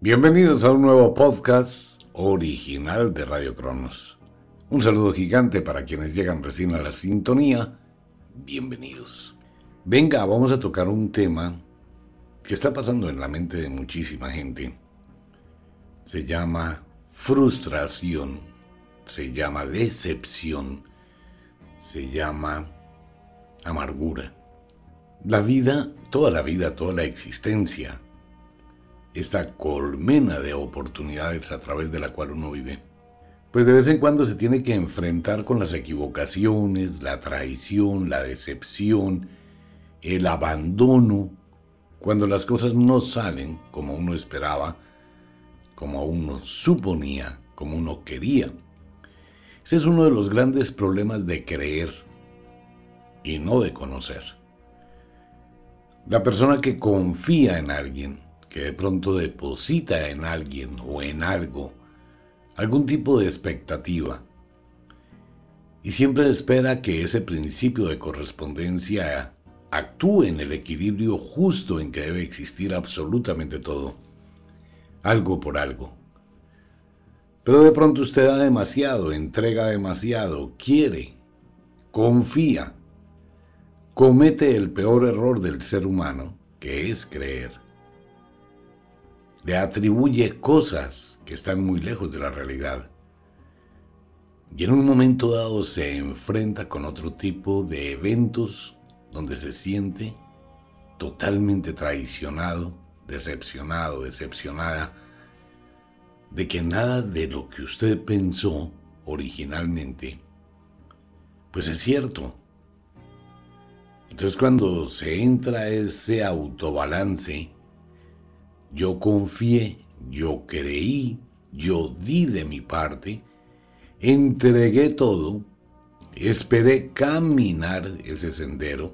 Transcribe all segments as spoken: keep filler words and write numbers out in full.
Bienvenidos a un nuevo podcast original de Radio Cronos. Un saludo gigante para quienes llegan recién a la sintonía. Bienvenidos. Venga, vamos a tocar un tema que está pasando en la mente de muchísima gente. Se llama frustración, se llama decepción, se llama amargura. La vida, toda la vida, toda la existencia, esta colmena de oportunidades a través de la cual uno vive, pues de vez en cuando se tiene que enfrentar con las equivocaciones, la traición, la decepción, el abandono, cuando las cosas no salen como uno esperaba, como uno suponía, como uno quería. Ese es uno de los grandes problemas de creer y no de conocer. La persona que confía en alguien, que de pronto deposita en alguien o en algo algún tipo de expectativa y siempre espera que ese principio de correspondencia actúe en el equilibrio justo en que debe existir absolutamente todo, algo por algo. Pero de pronto usted da demasiado, entrega demasiado, quiere, confía, comete el peor error del ser humano, que es creer. Le atribuye cosas que están muy lejos de la realidad. Y en un momento dado se enfrenta con otro tipo de eventos donde se siente totalmente traicionado, decepcionado, decepcionada, de que nada de lo que usted pensó originalmente, pues es cierto. Entonces cuando se entra ese autobalance, yo confié, yo creí, yo di de mi parte, entregué todo, esperé caminar ese sendero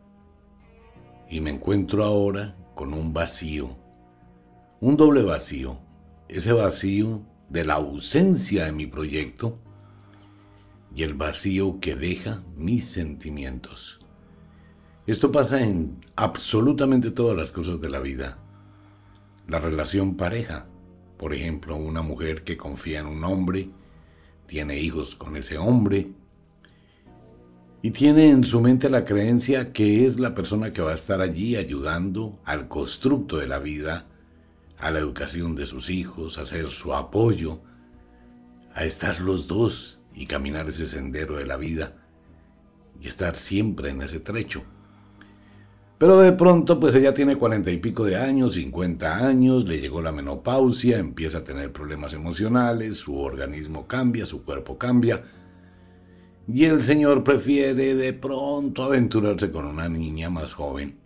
y me encuentro ahora con un vacío, un doble vacío, ese vacío de la ausencia de mi proyecto y el vacío que deja mis sentimientos. Esto pasa en absolutamente todas las cosas de la vida. La relación pareja, por ejemplo, una mujer que confía en un hombre, tiene hijos con ese hombre y tiene en su mente la creencia que es la persona que va a estar allí ayudando al constructo de la vida, a la educación de sus hijos, a ser su apoyo, a estar los dos y caminar ese sendero de la vida y estar siempre en ese trecho. Pero de pronto, pues ella tiene cuarenta y pico de años, cincuenta años, le llegó la menopausia, empieza a tener problemas emocionales, su organismo cambia, su cuerpo cambia, y el señor prefiere de pronto aventurarse con una niña más joven.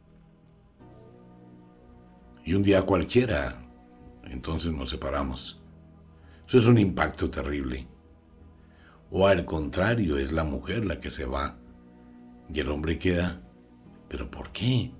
Y un día cualquiera, entonces nos separamos. Eso es un impacto terrible. O al contrario, es la mujer la que se va, y el hombre queda. ¿Pero por qué?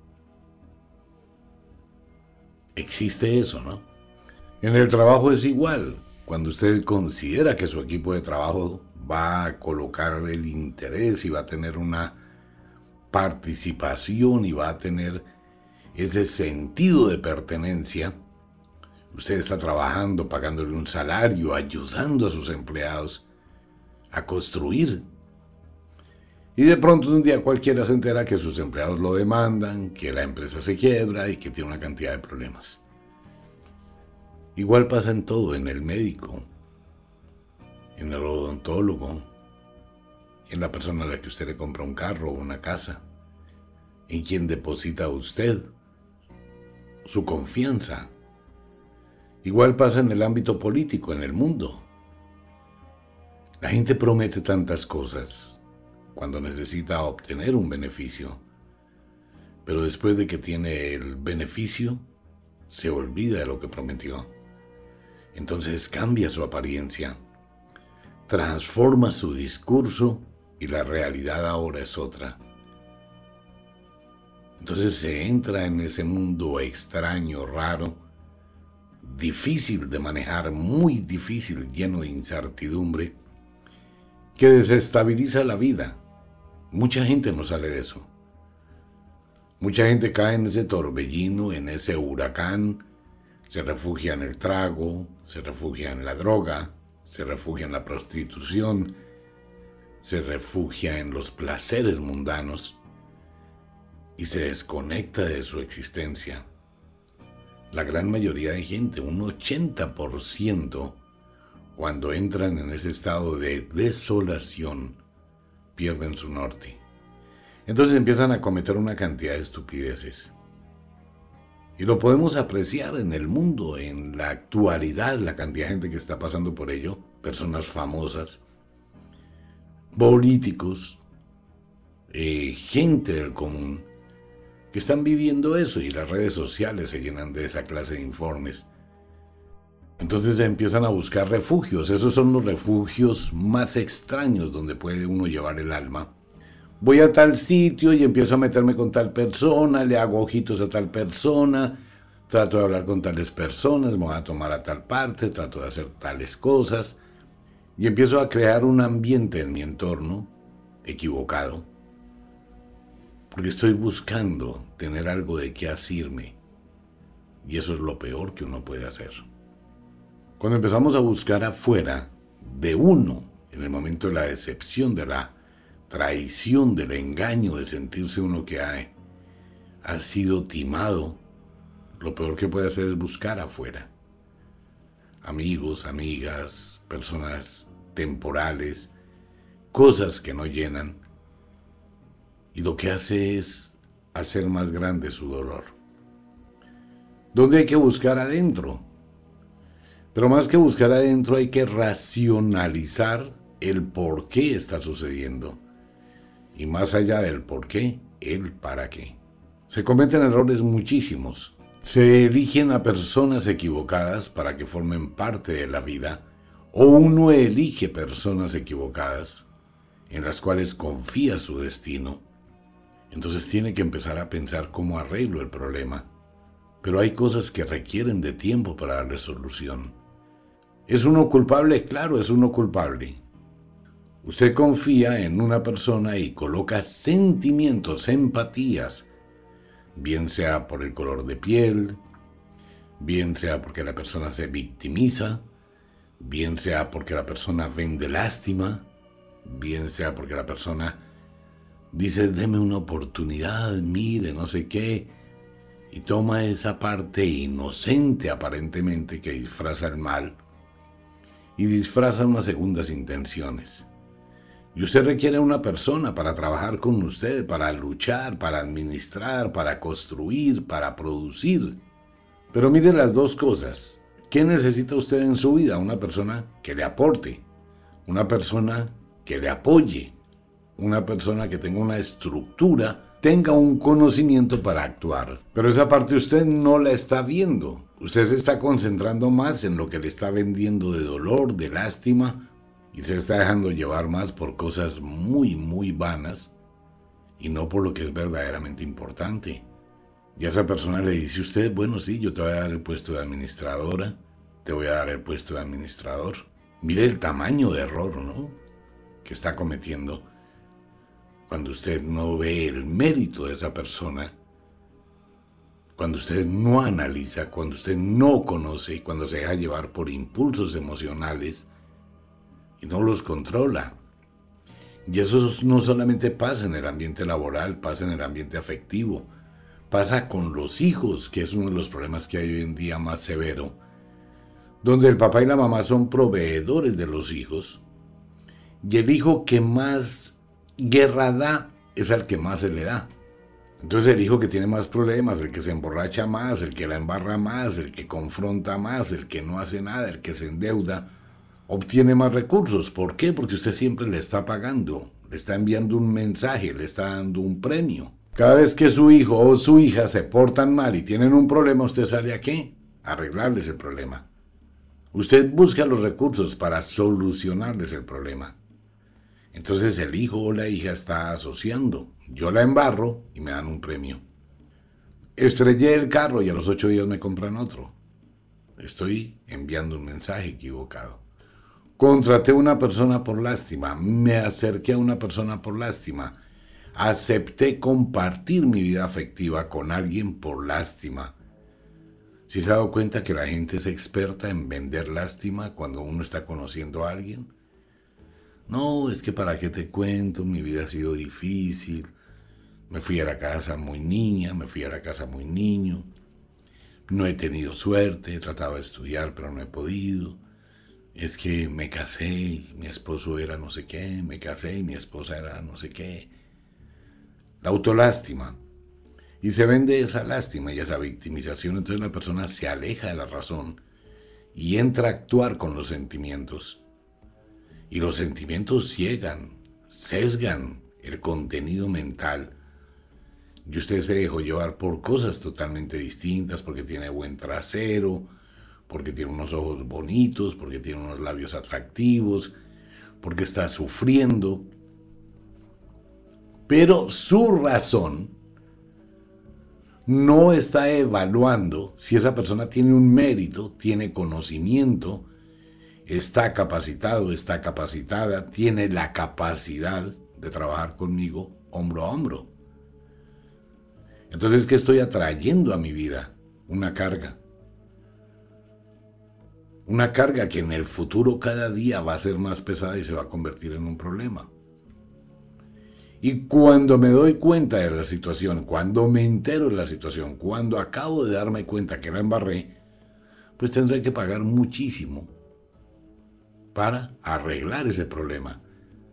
Existe eso, ¿no? En el trabajo es igual. Cuando usted considera que su equipo de trabajo va a colocar el interés y va a tener una participación y va a tener ese sentido de pertenencia, usted está trabajando, pagándole un salario, ayudando a sus empleados a construir. Y de pronto un día cualquiera se entera que sus empleados lo demandan, que la empresa se quiebra y que tiene una cantidad de problemas. Igual pasa en todo, en el médico, en el odontólogo, en la persona a la que usted le compra un carro o una casa, en quien deposita usted su confianza. Igual pasa en el ámbito político, en el mundo. La gente promete tantas cosas cuando necesita obtener un beneficio, pero después de que tiene el beneficio, se olvida de lo que prometió. Entonces cambia su apariencia, transforma su discurso y la realidad ahora es otra. Entonces se entra en ese mundo extraño, raro, difícil de manejar, muy difícil, lleno de incertidumbre, que desestabiliza la vida. Mucha gente no sale de eso. Mucha gente cae en ese torbellino, en ese huracán, Se refugia en el trago, se refugia en la droga, se refugia en la prostitución, se refugia en los placeres mundanos y se desconecta de su existencia. La gran mayoría de gente, un ochenta por ciento, cuando entran en ese estado de desolación, pierden su norte. Entonces empiezan a cometer una cantidad de estupideces. Y lo podemos apreciar en el mundo, en la actualidad, la cantidad de gente que está pasando por ello, personas famosas, políticos, eh, gente del común, que están viviendo eso y las redes sociales se llenan de esa clase de informes. Entonces empiezan a buscar refugios. Esos son los refugios más extraños donde puede uno llevar el alma. Voy a tal sitio y empiezo a meterme con tal persona, le hago ojitos a tal persona, trato de hablar con tales personas, me voy a tomar a tal parte, trato de hacer tales cosas y empiezo a crear un ambiente en mi entorno equivocado porque estoy buscando tener algo de qué asirme y eso es lo peor que uno puede hacer. Cuando empezamos a buscar afuera de uno, en el momento de la decepción, de la traición, del engaño, de sentirse uno que ha, ha sido timado, lo peor que puede hacer es buscar afuera. Amigos, amigas, personas temporales, cosas que no llenan. Y lo que hace es hacer más grande su dolor. ¿Dónde hay que buscar adentro? Pero más que buscar adentro hay que racionalizar el por qué está sucediendo. Y más allá del por qué, el para qué. Se cometen errores muchísimos. Se eligen a personas equivocadas para que formen parte de la vida, o uno elige personas equivocadas en las cuales confía su destino. Entonces tiene que empezar a pensar cómo arreglo el problema. Pero hay cosas que requieren de tiempo para darle solución. ¿Es uno culpable? Claro, es uno culpable. Usted confía en una persona y coloca sentimientos, empatías, bien sea por el color de piel, bien sea porque la persona se victimiza, bien sea porque la persona vende lástima, bien sea porque la persona dice, deme una oportunidad, mire, no sé qué, y toma esa parte inocente aparentemente que disfraza el mal y disfraza unas segundas intenciones. Y usted requiere una persona para trabajar con usted, para luchar, para administrar, para construir, para producir. Pero mire las dos cosas. ¿Qué necesita usted en su vida? Una persona que le aporte, una persona que le apoye, una persona que tenga una estructura, tenga un conocimiento para actuar. Pero esa parte usted no la está viendo. Usted se está concentrando más en lo que le está vendiendo de dolor, de lástima, y se está dejando llevar más por cosas muy, muy vanas y no por lo que es verdaderamente importante. Y a esa persona le dice usted, bueno, sí, yo te voy a dar el puesto de administradora, te voy a dar el puesto de administrador. Mire el tamaño de error, ¿no?, que está cometiendo cuando usted no ve el mérito de esa persona, cuando usted no analiza, cuando usted no conoce, cuando se deja llevar por impulsos emocionales y no los controla. Y eso no solamente pasa en el ambiente laboral, pasa en el ambiente afectivo, pasa con los hijos, que es uno de los problemas que hay hoy en día más severo, donde el papá y la mamá son proveedores de los hijos, y el hijo que más guerra da es al que más se le da. Entonces el hijo que tiene más problemas, el que se emborracha más, el que la embarra más, el que confronta más, el que no hace nada, el que se endeuda, obtiene más recursos. ¿Por qué? Porque usted siempre le está pagando, le está enviando un mensaje, le está dando un premio. Cada vez que su hijo o su hija se portan mal y tienen un problema, ¿usted sale a qué? A arreglarles el problema. Usted busca los recursos para solucionarles el problema. Entonces el hijo o la hija está asociando. Yo la embarro y me dan un premio. Estrellé el carro y a los ocho días me compran otro. Estoy enviando un mensaje equivocado. Contraté a una persona por lástima, me acerqué a una persona por lástima, acepté compartir mi vida afectiva con alguien por lástima. ¿Sí se ha dado cuenta que la gente es experta en vender lástima cuando uno está conociendo a alguien? No, es que para qué te cuento, mi vida ha sido difícil. Me fui a la casa muy niña, me fui a la casa muy niño. No he tenido suerte, he tratado de estudiar, pero no he podido. Es que me casé y mi esposo era no sé qué, me casé y mi esposa era no sé qué. La autolástima. Y se vende esa lástima y esa victimización, entonces la persona se aleja de la razón y entra a actuar con los sentimientos. Y los sentimientos ciegan, sesgan el contenido mental. Y usted se dejó llevar por cosas totalmente distintas, porque tiene buen trasero, porque tiene unos ojos bonitos, porque tiene unos labios atractivos, porque está sufriendo. Pero su razón no está evaluando si esa persona tiene un mérito, tiene conocimiento, está capacitado, está capacitada, tiene la capacidad de trabajar conmigo hombro a hombro. Entonces, ¿qué estoy atrayendo a mi vida? Una carga. Una carga que en el futuro cada día va a ser más pesada y se va a convertir en un problema. Y cuando me doy cuenta de la situación, cuando me entero de la situación, cuando acabo de darme cuenta que la embarré, pues tendré que pagar muchísimo para arreglar ese problema.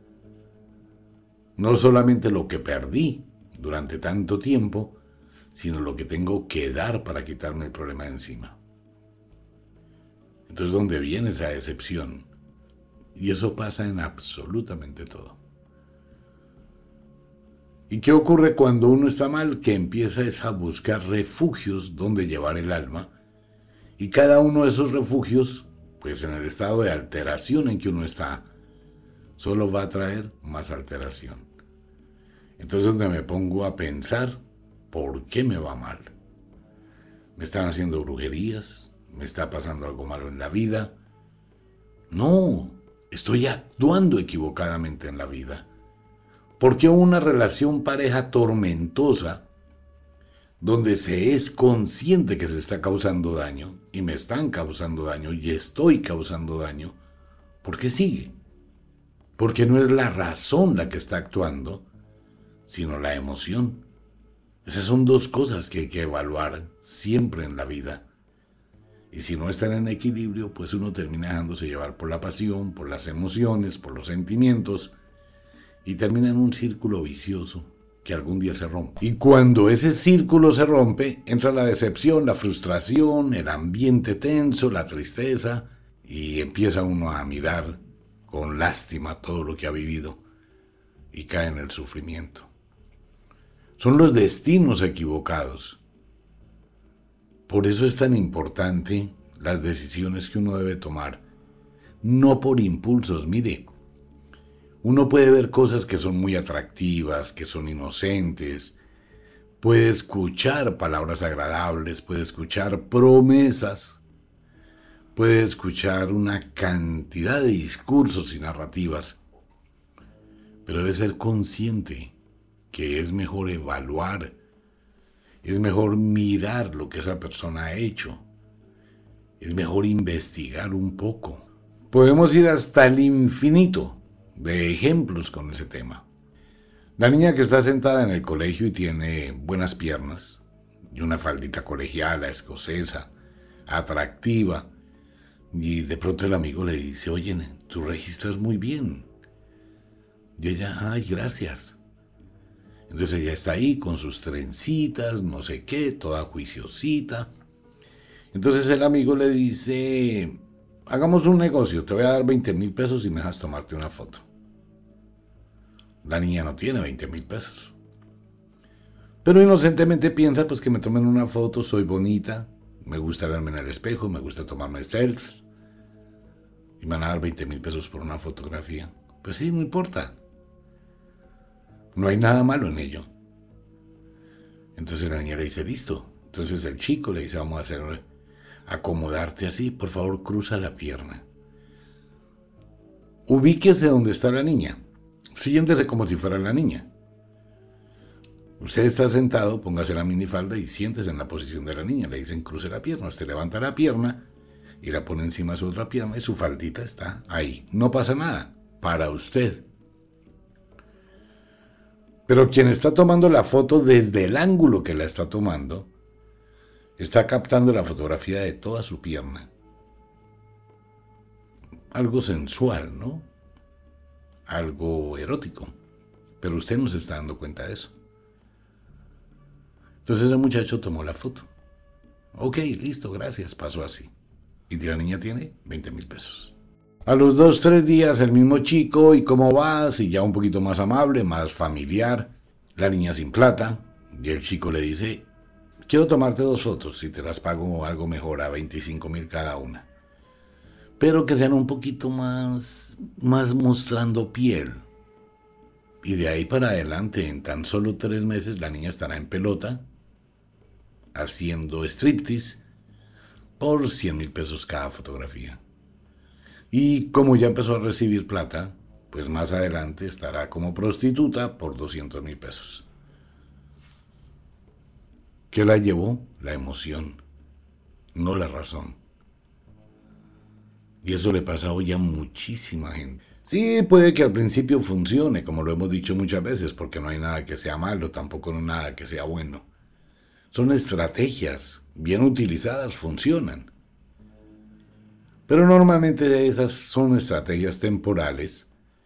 No solamente lo que perdí durante tanto tiempo, sino lo que tengo que dar para quitarme el problema de encima. Entonces, ¿dónde viene esa decepción? Y eso pasa en absolutamente todo. ¿Y qué ocurre cuando uno está mal? Que empieza a buscar refugios donde llevar el alma. Y cada uno de esos refugios, pues en el estado de alteración en que uno está, solo va a traer más alteración. Entonces, donde me pongo a pensar, ¿por qué me va mal? ¿Me están haciendo brujerías? ¿Me está pasando algo malo en la vida? No, estoy actuando equivocadamente en la vida. ¿Por qué una relación pareja tormentosa, donde se es consciente que se está causando daño, y me están causando daño, y estoy causando daño, ¿por qué sigue? Porque no es la razón la que está actuando, sino la emoción. Esas son dos cosas que hay que evaluar siempre en la vida. Y si no están en equilibrio, pues uno termina dejándose llevar por la pasión, por las emociones, por los sentimientos, y termina en un círculo vicioso que algún día se rompe. Y cuando ese círculo se rompe, entra la decepción, la frustración, el ambiente tenso, la tristeza, y empieza uno a mirar con lástima todo lo que ha vivido y cae en el sufrimiento. Son los destinos equivocados. Por eso es tan importante las decisiones que uno debe tomar. No por impulsos, mire. Uno puede ver cosas que son muy atractivas, que son inocentes. Puede escuchar palabras agradables, puede escuchar promesas. Puede escuchar una cantidad de discursos y narrativas. Pero debe ser consciente que es mejor evaluar. Es mejor mirar lo que esa persona ha hecho. Es mejor investigar un poco. Podemos ir hasta el infinito de ejemplos con ese tema. La niña que está sentada en el colegio y tiene buenas piernas, y una faldita colegiala, escocesa, atractiva, y de pronto el amigo le dice, oye, tú registras muy bien. Y ella, ay, gracias. Entonces ella está ahí con sus trencitas, no sé qué, toda juiciosita. Entonces el amigo le dice, hagamos un negocio, te voy a dar veinte mil pesos y me dejas tomarte una foto. La niña no tiene veinte mil pesos. Pero inocentemente piensa pues que me tomen una foto, soy bonita, me gusta verme en el espejo, me gusta tomarme selfies. Y me van a dar veinte mil pesos por una fotografía. Pues sí, no importa. No hay nada malo en ello. Entonces la niña le dice, listo. Entonces el chico le dice, vamos a hacer, acomodarte así, por favor, cruza la pierna. Ubíquese donde está la niña. Siéntese como si fuera la niña. Usted está sentado, póngase la minifalda y siéntese en la posición de la niña. Le dicen cruce la pierna, usted levanta la pierna y la pone encima de su otra pierna y su faldita está ahí. No pasa nada, para usted. Pero quien está tomando la foto desde el ángulo que la está tomando, está captando la fotografía de toda su pierna. Algo sensual, ¿no? Algo erótico. Pero usted no se está dando cuenta de eso. Entonces el muchacho tomó la foto. Ok, listo, gracias, pasó así. Y la niña tiene veinte mil pesos. A los dos, tres días, el mismo chico, ¿y cómo vas? Y ya un poquito más amable, más familiar. La niña sin plata. Y el chico le dice, quiero tomarte dos fotos y te las pago algo mejor, a veinticinco mil cada una. Pero que sean un poquito más, más mostrando piel. Y de ahí para adelante, en tan solo tres meses, la niña estará en pelota, haciendo striptease, por cien mil pesos cada fotografía. Y como ya empezó a recibir plata, pues más adelante estará como prostituta por doscientos mil pesos. ¿Qué la llevó? La emoción, no la razón. Y eso le pasa hoy a muchísima gente. Sí, puede que al principio funcione, como lo hemos dicho muchas veces, porque no hay nada que sea malo, tampoco no hay nada que sea bueno. Son estrategias, bien utilizadas, funcionan. Pero normalmente esas son estrategias temporales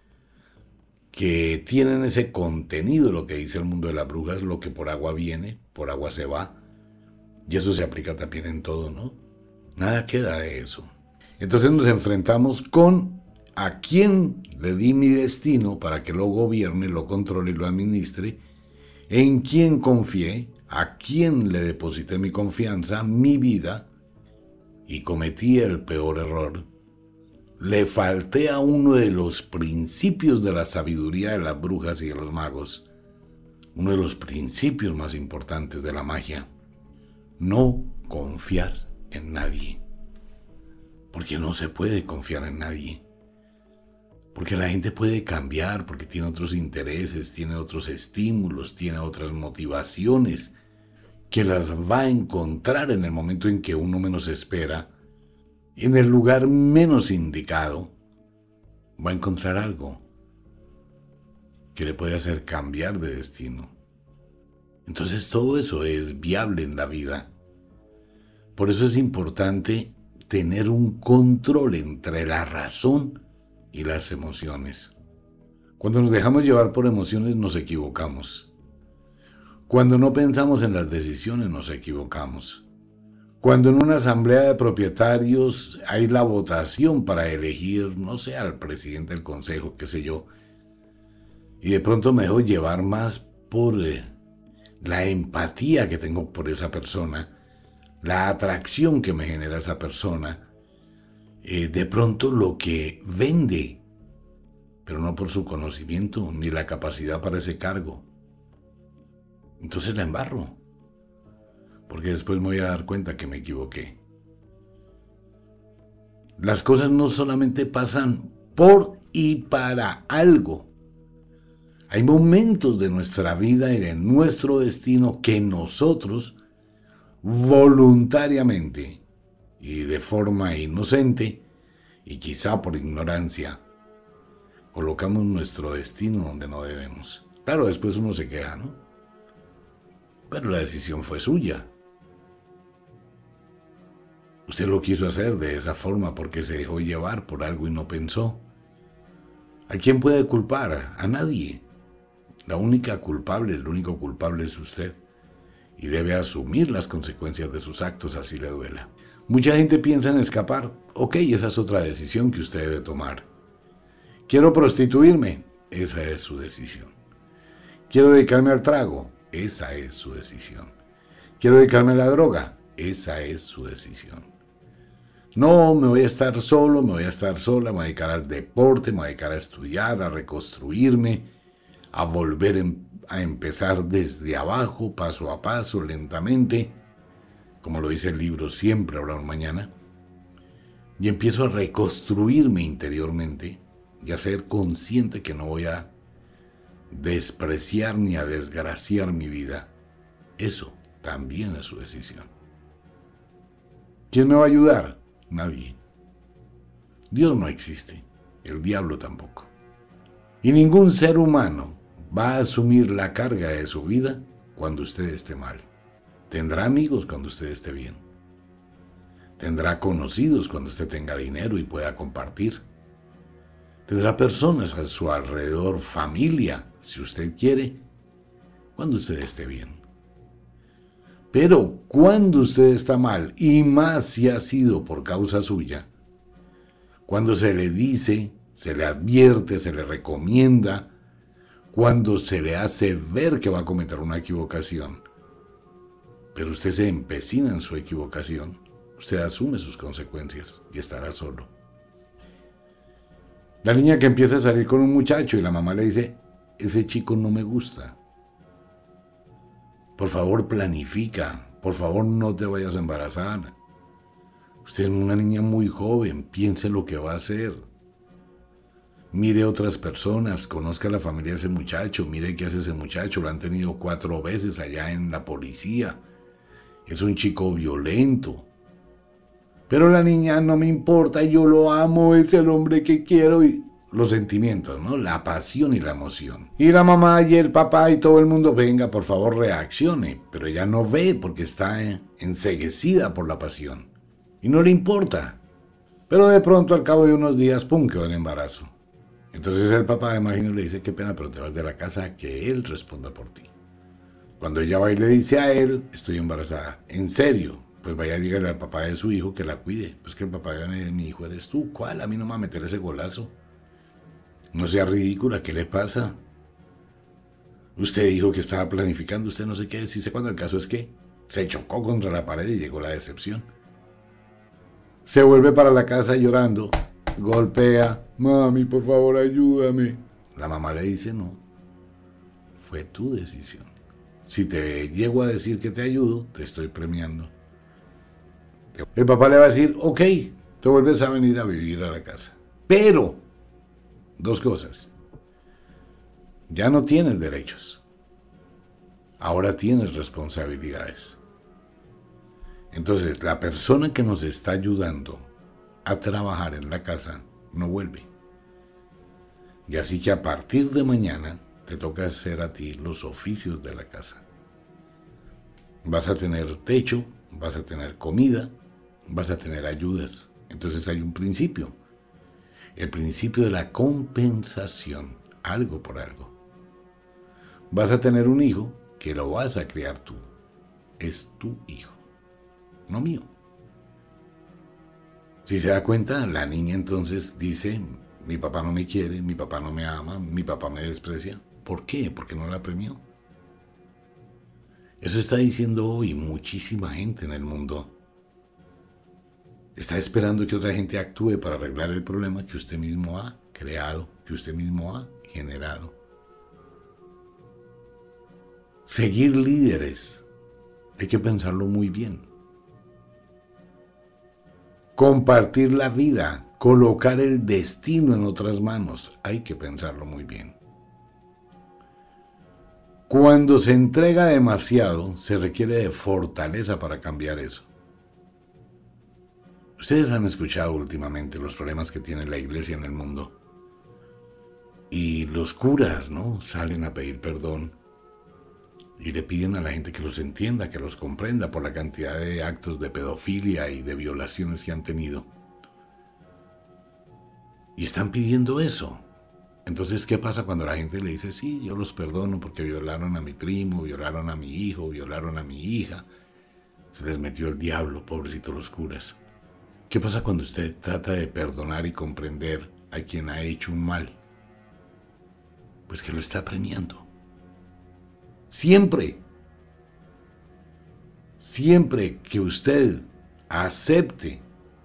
que tienen ese contenido, lo que dice el mundo de las brujas, lo que por agua viene, por agua se va. Y eso se aplica también en todo, ¿no? Nada queda de eso. Entonces nos enfrentamos con a quién le di mi destino para que lo gobierne, lo controle y lo administre, en quién confié, a quién le deposité mi confianza, mi vida, y cometí el peor error. Le falté a uno de los principios de la sabiduría de las brujas y de los magos, uno de los principios más importantes de la magia: no confiar en nadie. Porque no se puede confiar en nadie. Porque la gente puede cambiar, porque tiene otros intereses, tiene otros estímulos, tiene otras motivaciones, que las va a encontrar en el momento en que uno menos espera, en el lugar menos indicado, va a encontrar algo que le puede hacer cambiar de destino. Entonces todo eso es viable en la vida. Por eso es importante tener un control entre la razón y las emociones. Cuando nos dejamos llevar por emociones nos equivocamos. Cuando no pensamos en las decisiones nos equivocamos. Cuando en una asamblea de propietarios hay la votación para elegir, no sé, al presidente del consejo, qué sé yo, y de pronto me dejo llevar más por eh, la empatía que tengo por esa persona, la atracción que me genera esa persona, eh, de pronto lo que vende, pero no por su conocimiento ni la capacidad para ese cargo. Entonces la embarro, porque después me voy a dar cuenta que me equivoqué. Las cosas no solamente pasan por y para algo. Hay momentos de nuestra vida y de nuestro destino que nosotros voluntariamente y de forma inocente y quizá por ignorancia colocamos nuestro destino donde no debemos. Claro, después uno se queja, ¿no? Pero la decisión fue suya. Usted lo quiso hacer de esa forma porque se dejó llevar por algo y no pensó. ¿A quién puede culpar? A nadie. La única culpable, el único culpable es usted. Y debe asumir las consecuencias de sus actos, así le duela. Mucha gente piensa en escapar. Ok, esa es otra decisión que usted debe tomar. ¿Quiero prostituirme? Esa es su decisión. ¿Quiero dedicarme al trago? Esa es su decisión. ¿Quiero dedicarme a la droga? Esa es su decisión. No, me voy a estar solo, me voy a estar sola, me voy a dedicar al deporte, me voy a dedicar a estudiar, a reconstruirme, a volver en a empezar desde abajo, paso a paso, lentamente, como lo dice el libro Siempre habrá un mañana, y empiezo a reconstruirme interiormente y a ser consciente que no voy a despreciar ni a desgraciar mi vida, eso también es su decisión. ¿Quién me va a ayudar? Nadie. Dios no existe, el diablo tampoco. Y ningún ser humano va a asumir la carga de su vida cuando usted esté mal. Tendrá amigos cuando usted esté bien. Tendrá conocidos cuando usted tenga dinero y pueda compartir. Tendrá personas a su alrededor, familia, si usted quiere, cuando usted esté bien. Pero cuando usted está mal, y más si ha sido por causa suya, cuando se le dice, se le advierte, se le recomienda, cuando se le hace ver que va a cometer una equivocación, pero usted se empecina en su equivocación, usted asume sus consecuencias y estará solo. La niña que empieza a salir con un muchacho y la mamá le dice, ese chico no me gusta. Por favor, planifica. Por favor, no te vayas a embarazar. Usted es una niña muy joven. Piense lo que va a hacer. Mire otras personas. Conozca a la familia de ese muchacho. Mire qué hace ese muchacho. Lo han tenido cuatro veces allá en la policía. Es un chico violento. Pero la niña no me importa. Yo lo amo. Es el hombre que quiero. Y los sentimientos, ¿no? La pasión y la emoción. Y la mamá y el papá y todo el mundo, venga, por favor, reaccione. Pero ella no ve porque está enceguecida por la pasión. Y no le importa. Pero de pronto, al cabo de unos días, pum, quedó en embarazo. Entonces el papá, imagino, le dice, qué pena, pero te vas de la casa a que él responda por ti. Cuando ella va y le dice a él, estoy embarazada. ¿En serio? Pues vaya a dígale al papá de su hijo que la cuide. Pues que el papá de mi hijo eres tú. ¿Cuál? A mí no me va a meter ese golazo. No sea ridícula, ¿qué le pasa? Usted dijo que estaba planificando, usted no sé qué, sí sé cuándo. El caso es que se chocó contra la pared y llegó la decepción. Se vuelve para la casa llorando, golpea, mami, por favor, ayúdame. La mamá le dice, no, fue tu decisión. Si te llego a decir que te ayudo, te estoy premiando. El papá le va a decir, ok, te vuelves a venir a vivir a la casa. Pero dos cosas. Ya no tienes derechos. Ahora tienes responsabilidades. Entonces, la persona que nos está ayudando a trabajar en la casa no vuelve. Y así que a partir de mañana te toca hacer a ti los oficios de la casa. Vas a tener techo, vas a tener comida, vas a tener ayudas. Entonces hay un principio. El principio de la compensación, algo por algo. Vas a tener un hijo que lo vas a criar tú. Es tu hijo, no mío. Si se da cuenta, la niña entonces dice, mi papá no me quiere, mi papá no me ama, mi papá me desprecia. ¿Por qué? Porque no la premió. Eso está diciendo hoy muchísima gente en el mundo. Está esperando que otra gente actúe para arreglar el problema que usted mismo ha creado, que usted mismo ha generado. Seguir líderes, hay que pensarlo muy bien. Compartir la vida, colocar el destino en otras manos, hay que pensarlo muy bien. Cuando se entrega demasiado, se requiere de fortaleza para cambiar eso. Ustedes han escuchado últimamente los problemas que tiene la iglesia en el mundo. Y los curas, ¿no? Salen a pedir perdón y le piden a la gente que los entienda, que los comprenda por la cantidad de actos de pedofilia y de violaciones que han tenido. Y están pidiendo eso. Entonces, ¿qué pasa cuando la gente le dice, sí, yo los perdono porque violaron a mi primo, violaron a mi hijo, violaron a mi hija? Se les metió el diablo, pobrecitos los curas. ¿Qué pasa cuando usted trata de perdonar y comprender a quien ha hecho un mal? Pues que lo está premiando. Siempre, siempre que usted acepte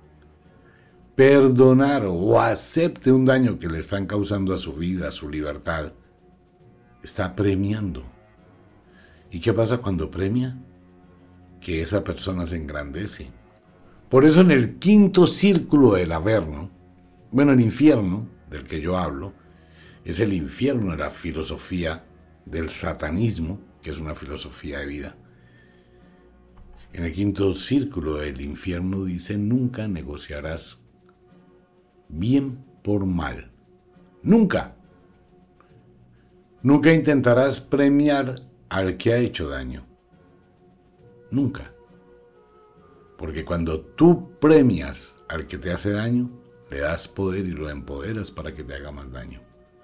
perdonar o acepte un daño que le están causando a su vida, a su libertad, está premiando. ¿Y qué pasa cuando premia? Que esa persona se engrandece. Por eso en el quinto círculo del Averno, bueno, el infierno, del que yo hablo, Es el infierno de la filosofía del satanismo, que es una filosofía de vida. En el quinto círculo del infierno dice: nunca negociarás bien por mal. Nunca. Nunca intentarás premiar al que ha hecho daño. Nunca. Porque cuando tú premias al que te hace daño, le das poder y lo empoderas para que te haga más daño.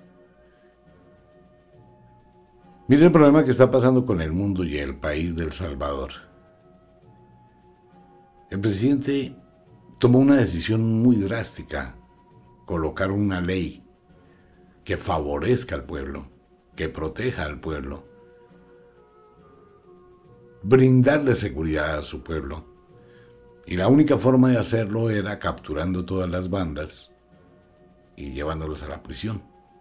Mire el problema que está pasando con el mundo y el país de El Salvador. El presidente tomó una decisión muy drástica: colocar una ley que favorezca al pueblo, que proteja al pueblo, brindarle seguridad a su pueblo. Y la única forma de hacerlo era capturando todas las bandas y llevándolos a la prisión.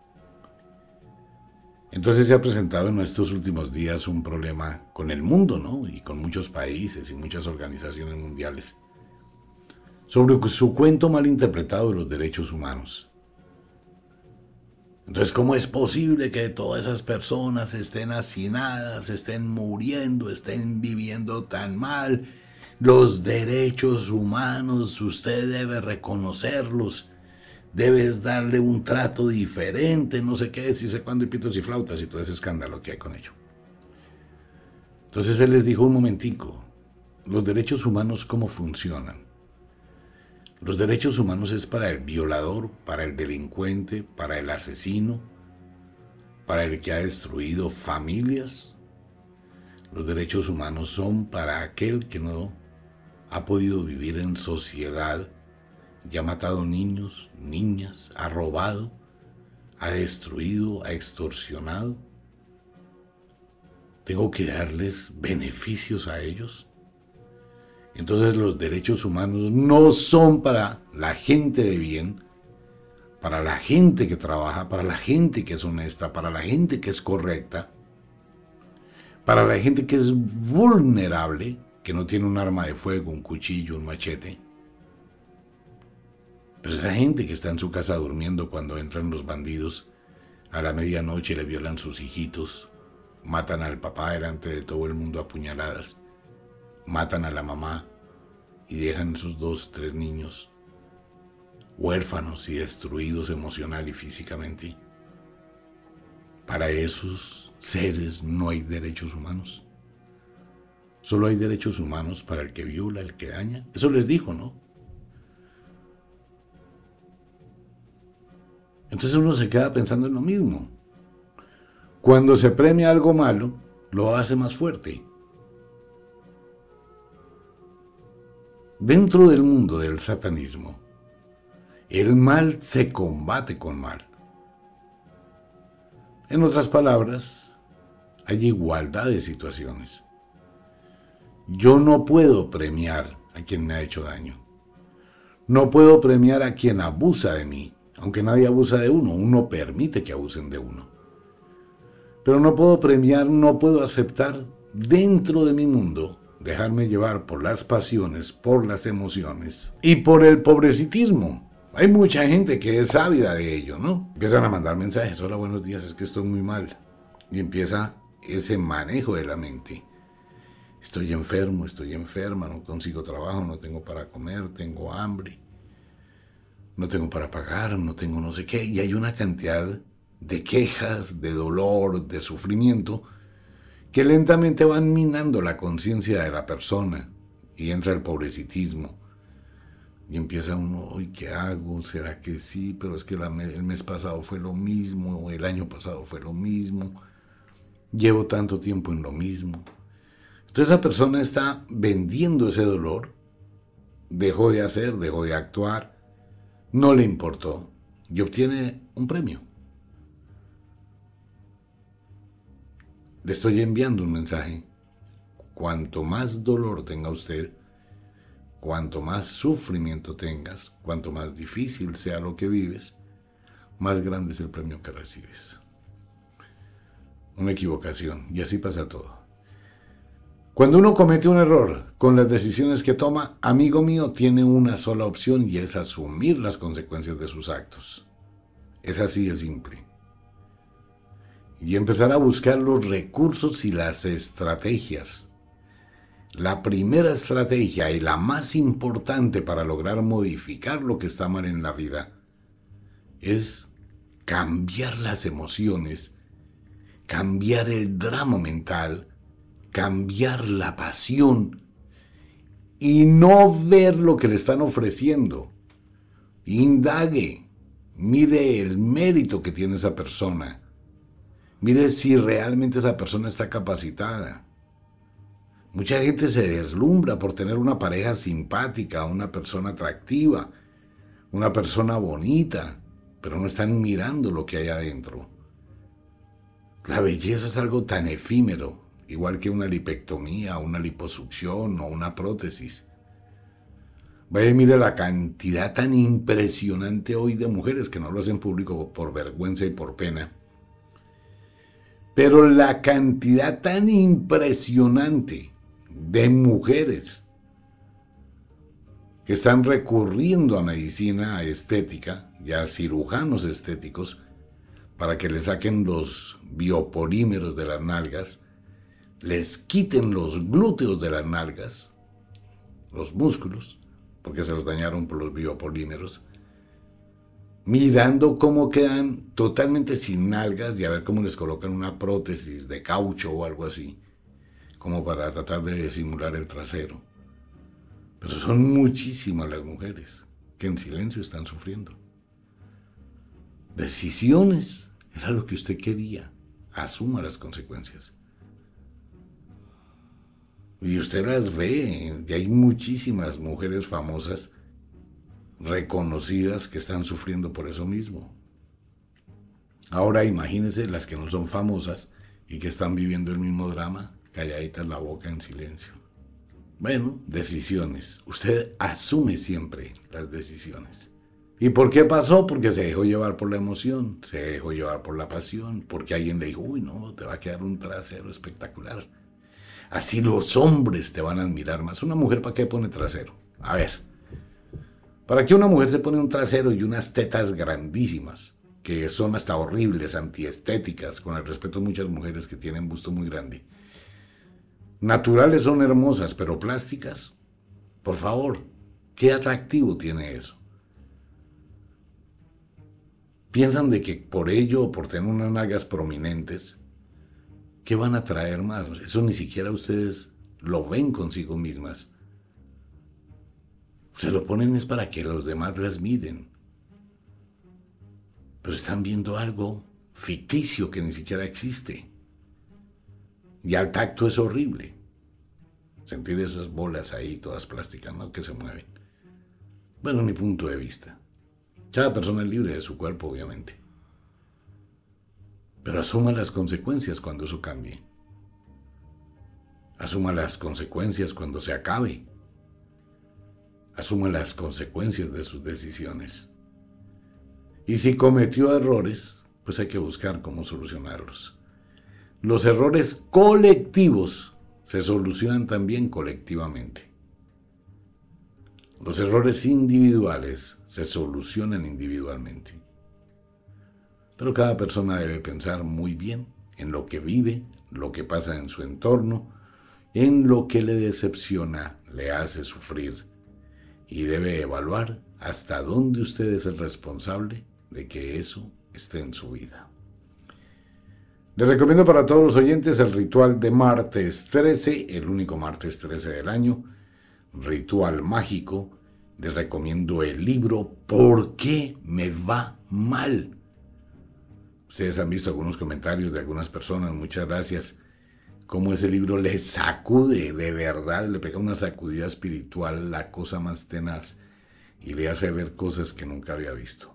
Entonces se ha presentado en estos últimos días un problema con el mundo, ¿no? Y con muchos países y muchas organizaciones mundiales, sobre su cuento mal interpretado de los derechos humanos. Entonces, ¿cómo es posible que todas esas personas estén hacinadas, estén muriendo, estén viviendo tan mal? Los derechos humanos, usted debe reconocerlos, debes darle un trato diferente, no sé qué, si sé cuándo, y pitos y flautas y todo ese escándalo que hay con ello. Entonces él les dijo: un momentico, los derechos humanos, ¿cómo funcionan? Los derechos humanos es para el violador, para el delincuente, para el asesino, para el que ha destruido familias. Los derechos humanos son para aquel que no ha podido vivir en sociedad y ha matado niños, niñas, ha robado, ha destruido, ha extorsionado. ¿Tengo que darles beneficios a ellos? Entonces los derechos humanos no son para la gente de bien, para la gente que trabaja, para la gente que es honesta, para la gente que es correcta, para la gente que es vulnerable, que no tiene un arma de fuego, un cuchillo, un machete. Pero esa gente que está en su casa durmiendo cuando entran los bandidos a la medianoche, le violan sus hijitos, matan al papá delante de todo el mundo a puñaladas, matan a la mamá y dejan sus dos, tres niños huérfanos y destruidos emocional y físicamente. Para esos seres no hay derechos humanos. Solo hay derechos humanos para el que viola, el que daña. Eso les dijo, ¿no? Entonces uno se queda pensando en lo mismo. Cuando se premia algo malo, lo hace más fuerte. Dentro del mundo del satanismo, el mal se combate con mal. En otras palabras, hay igualdad de situaciones. Yo no puedo premiar a quien me ha hecho daño. No puedo premiar a quien abusa de mí, aunque nadie abusa de uno, uno permite que abusen de uno. Pero no puedo premiar, no puedo aceptar dentro de mi mundo, dejarme llevar por las pasiones, por las emociones y por el pobrecitismo. Hay mucha gente que es ávida de ello, ¿no? Empiezan a mandar mensajes: hola, buenos días, es que estoy muy mal. Y empieza ese manejo de la mente. Estoy enfermo, estoy enferma, no consigo trabajo, no tengo para comer, tengo hambre, no tengo para pagar, no tengo no sé qué. Y hay una cantidad de quejas, de dolor, de sufrimiento, que lentamente van minando la conciencia de la persona y entra el pobrecitismo. Y empieza uno: ¿hoy qué hago? ¿Será que sí? Pero es que la, el mes pasado fue lo mismo, el año pasado fue lo mismo, llevo tanto tiempo en lo mismo. Entonces esa persona está vendiendo ese dolor, dejó de hacer, dejó de actuar, no le importó y obtiene un premio. Le estoy enviando un mensaje: cuanto más dolor tenga usted, cuanto más sufrimiento tengas, cuanto más difícil sea lo que vives, más grande es el premio que recibes. Una equivocación, y así pasa todo. Cuando uno comete un error con las decisiones que toma, amigo mío, tiene una sola opción y es asumir las consecuencias de sus actos. Es así de simple. y empezar a buscar los recursos y las estrategias. La primera estrategia y la más importante para lograr modificar lo que está mal en la vida es cambiar las emociones, cambiar el drama mental, cambiar la pasión y no ver lo que le están ofreciendo. Indague, mire el mérito que tiene esa persona, mire si realmente esa persona está capacitada. Mucha gente se deslumbra por tener una pareja simpática, una persona atractiva, una persona bonita, pero no están mirando lo que hay adentro. La belleza es algo tan efímero, igual que una lipectomía, una liposucción o una prótesis. Vaya y mire la cantidad tan impresionante hoy de mujeres que no lo hacen público por vergüenza y por pena. Pero la cantidad tan impresionante de mujeres que están recurriendo a medicina estética, ya cirujanos estéticos, para que les saquen los biopolímeros de las nalgas, les quiten los glúteos de las nalgas, los músculos, porque se los dañaron por los biopolímeros, mirando cómo quedan totalmente sin nalgas y a ver cómo les colocan una prótesis de caucho o algo así, como para tratar de disimular el trasero. Pero son muchísimas las mujeres que en silencio están sufriendo. Decisiones, era lo que usted quería, asuma las consecuencias. Y usted las ve, y hay muchísimas mujeres famosas, reconocidas, que están sufriendo por eso mismo. Ahora imagínense las que no son famosas y que están viviendo el mismo drama, calladitas la boca en silencio. Bueno, decisiones. Usted asume siempre las decisiones. ¿Y por qué pasó? Porque se dejó llevar por la emoción, se dejó llevar por la pasión, porque alguien le dijo, uy, no, te va a quedar un trasero espectacular. Así los hombres te van a admirar más. ¿Una mujer para qué pone trasero? A ver, ¿para qué una mujer se pone un trasero y unas tetas grandísimas, que son hasta horribles, antiestéticas, con el respeto de muchas mujeres que tienen busto muy grande? Naturales son hermosas, pero plásticas, por favor, ¿qué atractivo tiene eso? Piensan de que por ello o por tener unas nalgas prominentes, ¿qué van a traer más? Eso ni siquiera ustedes lo ven consigo mismas. Se lo ponen es para que los demás las miren. Pero están viendo algo ficticio que ni siquiera existe. Y al tacto es horrible. Sentir esas bolas ahí, todas plásticas, ¿no? Que se mueven. Bueno, es mi punto de vista. Cada persona es libre de su cuerpo, obviamente. Pero asuma las consecuencias cuando eso cambie. Asuma las consecuencias cuando se acabe. Asuma las consecuencias de sus decisiones. Y si cometió errores, pues hay que buscar cómo solucionarlos. Los errores colectivos se solucionan también colectivamente. Los errores individuales se solucionan individualmente. Pero cada persona debe pensar muy bien en lo que vive, lo que pasa en su entorno, en lo que le decepciona, le hace sufrir, y debe evaluar hasta dónde usted es el responsable de que eso esté en su vida. Les recomiendo para todos los oyentes el ritual de martes trece, el único martes trece del año, ritual mágico. Les recomiendo el libro ¿Por qué me va mal? Ustedes han visto algunos comentarios de algunas personas, muchas gracias, cómo ese libro les sacude, de verdad, le pega una sacudida espiritual, la cosa más tenaz, y le hace ver cosas que nunca había visto.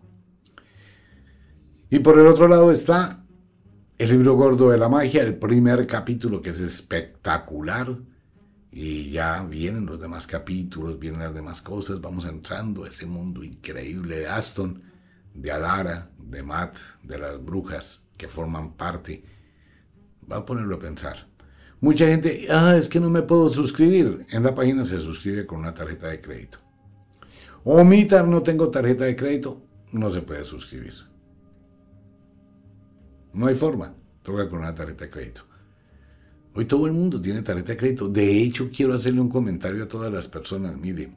Y por el otro lado está el libro gordo de la magia, el primer capítulo, que es espectacular, y ya vienen los demás capítulos, vienen las demás cosas, vamos entrando a ese mundo increíble de Aston, de Adara, de Matt, de las brujas que forman parte. Va a ponerlo a pensar. Mucha gente, ah, es que no me puedo suscribir. En la página se suscribe con una tarjeta de crédito. Omitar, no tengo tarjeta de crédito, no se puede suscribir. No hay forma. toca con una tarjeta de crédito. Hoy todo el mundo tiene tarjeta de crédito. De hecho, quiero hacerle un comentario a todas las personas. Mire,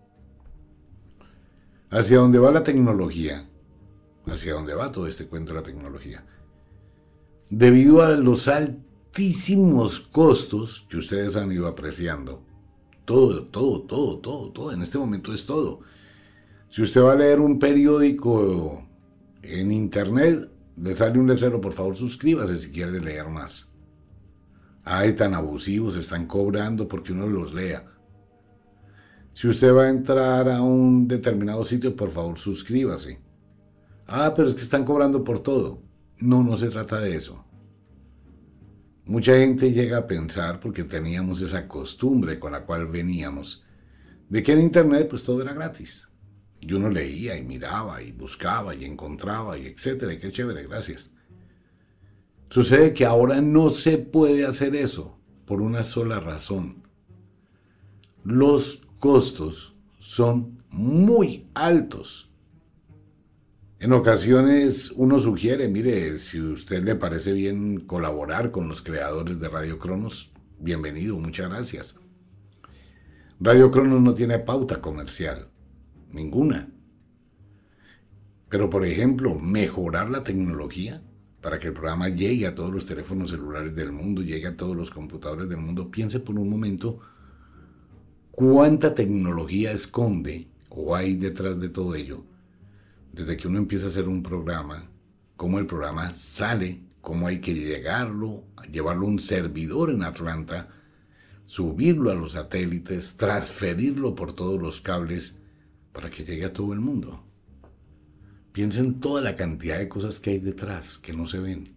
hacia dónde va la tecnología, hacia dónde va todo este cuento de la tecnología, debido a los altísimos costos que ustedes han ido apreciando. Todo, todo, todo, todo, todo. En este momento es todo. Si usted va a leer un periódico en internet, le sale un letrero, por favor suscríbase si quiere leer más. Ay, tan abusivos, están cobrando porque uno los lea. Si usted va a entrar a un determinado sitio, por favor suscríbase. Ah, pero es que están cobrando por todo. No, no se trata de eso. Mucha gente llega a pensar, porque teníamos esa costumbre con la cual veníamos, de que en internet pues todo era gratis. Y uno leía y miraba y buscaba y encontraba y etcétera, y qué chévere, gracias. Sucede que ahora no se puede hacer eso por una sola razón. Los costos son muy altos. En ocasiones uno sugiere, mire, si a usted le parece bien colaborar con los creadores de Radio Cronos, bienvenido, muchas gracias. Radio Cronos no tiene pauta comercial, ninguna. Pero, por ejemplo, mejorar la tecnología para que el programa llegue a todos los teléfonos celulares del mundo, llegue a todos los computadores del mundo. Piense por un momento cuánta tecnología esconde o hay detrás de todo ello. Desde que uno empieza a hacer un programa, cómo el programa sale, cómo hay que llegarlo, llevarlo a un servidor en Atlanta, subirlo a los satélites, transferirlo por todos los cables para que llegue a todo el mundo. Piensen toda la cantidad de cosas que hay detrás que no se ven.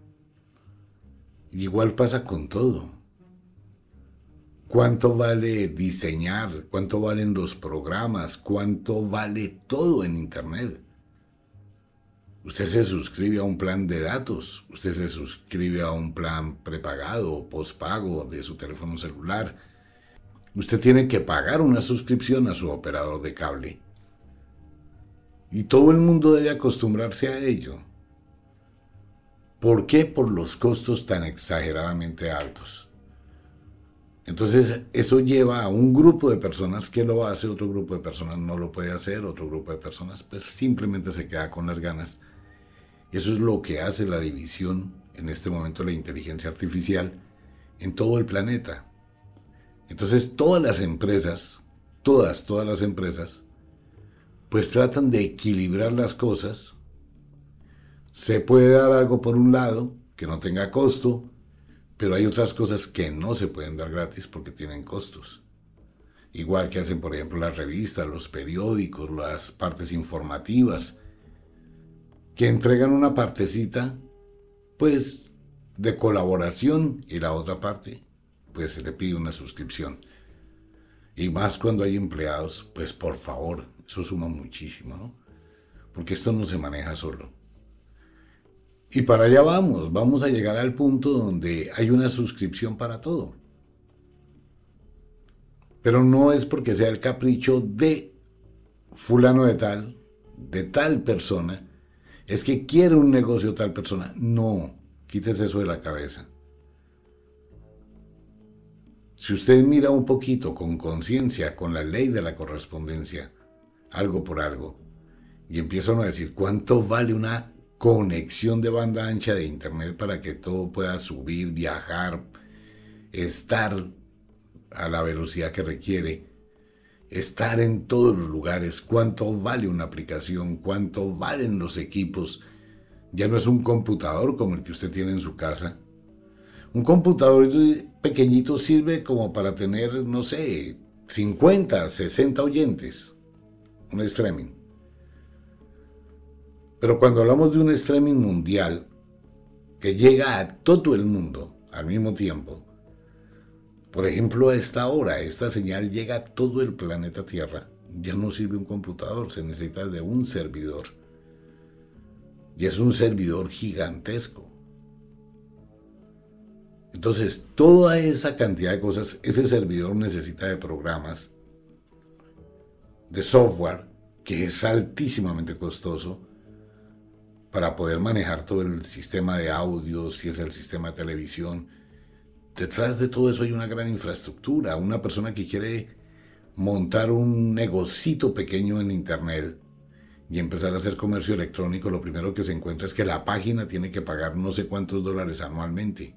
Igual pasa con todo. ¿Cuánto vale diseñar? ¿Cuánto valen los programas? ¿Cuánto vale todo en internet? Usted se suscribe a un plan de datos, usted se suscribe a un plan prepagado o postpago de su teléfono celular. Usted tiene que pagar una suscripción a su operador de cable. Y todo el mundo debe acostumbrarse a ello. ¿Por qué? Por los costos tan exageradamente altos. Entonces, eso lleva a un grupo de personas que lo hace, otro grupo de personas no lo puede hacer, otro grupo de personas pues simplemente se queda con las ganas. Eso es lo que hace la división, en este momento, la inteligencia artificial en todo el planeta. Entonces, todas las empresas, todas, todas las empresas, pues tratan de equilibrar las cosas. Se puede dar algo por un lado, que no tenga costo, pero hay otras cosas que no se pueden dar gratis porque tienen costos. Igual que hacen, por ejemplo, las revistas, los periódicos, las partes informativas, que entregan una partecita, pues, de colaboración, y la otra parte, pues, se le pide una suscripción. Y más cuando hay empleados, pues, por favor, eso suma muchísimo, ¿no? Porque esto no se maneja solo. Y para allá vamos, vamos a llegar al punto donde hay una suscripción para todo. Pero no es porque sea el capricho de fulano de tal, de tal persona, es que quiere un negocio tal persona. No, quítese eso de la cabeza. Si usted mira un poquito con conciencia, con la ley de la correspondencia, algo por algo, y empieza uno a decir, ¿cuánto vale una conexión de banda ancha de internet para que todo pueda subir, viajar, estar a la velocidad que requiere, estar en todos los lugares? ¿Cuánto vale una aplicación? ¿Cuánto valen los equipos? Ya no es un computador como el que usted tiene en su casa. Un computador pequeñito sirve como para tener, no sé, cincuenta, sesenta oyentes, un streaming. Pero cuando hablamos de un streaming mundial que llega a todo el mundo al mismo tiempo, por ejemplo, a esta hora, esta señal llega a todo el planeta Tierra, ya no sirve un computador, se necesita de un servidor. Y es un servidor gigantesco. Entonces, toda esa cantidad de cosas, ese servidor necesita de programas, de software, que es altísimamente costoso, para poder manejar todo el sistema de audio, si es el sistema de televisión. Detrás de todo eso hay una gran infraestructura. Una persona que quiere montar un negocito pequeño en internet y empezar a hacer comercio electrónico, lo primero que se encuentra es que la página tiene que pagar no sé cuántos dólares anualmente.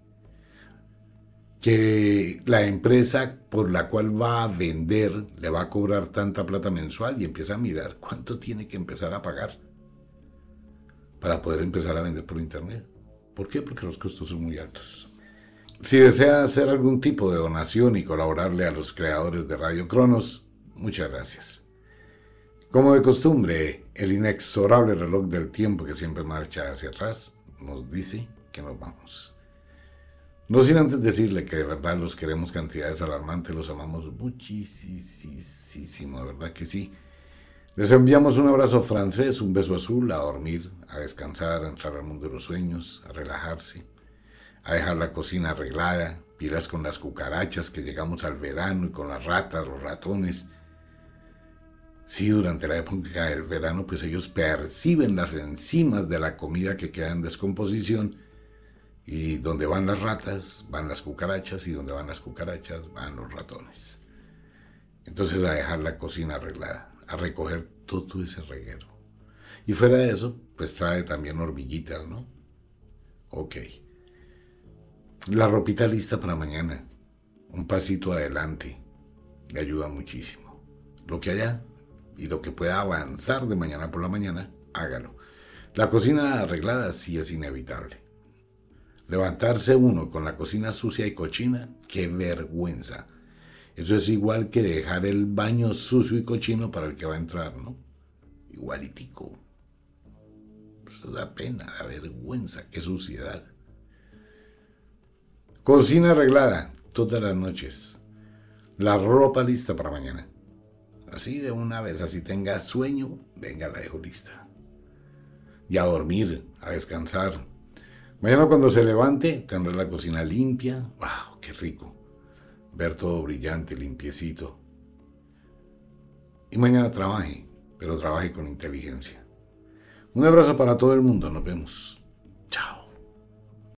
Que la empresa por la cual va a vender le va a cobrar tanta plata mensual y empieza a mirar cuánto tiene que empezar a pagar para poder empezar a vender por internet. ¿Por qué? Porque los costos son muy altos. Si desea hacer algún tipo de donación y colaborarle a los creadores de Radio Cronos, muchas gracias. Como de costumbre, el inexorable reloj del tiempo que siempre marcha hacia atrás nos dice que nos vamos. No sin antes decirle que de verdad los queremos cantidades alarmantes, los amamos muchísimo, de verdad que sí. Les enviamos un abrazo francés, un beso azul, a dormir, a descansar, a entrar al mundo de los sueños, a relajarse, a dejar la cocina arreglada, pilas con las cucarachas que llegamos al verano y con las ratas, los ratones. Sí, durante la época del verano, pues ellos perciben las enzimas de la comida que queda en descomposición. Y donde van las ratas, van las cucarachas, y donde van las cucarachas, van los ratones. Entonces a dejar la cocina arreglada, a recoger todo ese reguero. Y fuera de eso, pues trae también hormiguitas, ¿no? Ok. La ropita lista para mañana. Un pasito adelante. Le ayuda muchísimo. Lo que haya y lo que pueda avanzar de mañana por la mañana, hágalo. La cocina arreglada sí es inevitable. Levantarse uno con la cocina sucia y cochina, qué vergüenza. Eso es igual que dejar el baño sucio y cochino para el que va a entrar, ¿no? Igualitico. Eso da pena, da vergüenza, qué suciedad. Cocina arreglada todas las noches. La ropa lista para mañana. Así de una vez, así tenga sueño, venga, la dejo lista. Y a dormir, a descansar. Mañana cuando se levante, tendrá la cocina limpia. ¡Wow! ¡Qué rico! Ver todo brillante, limpiecito. Y mañana trabaje, pero trabaje con inteligencia. Un abrazo para todo el mundo. Nos vemos.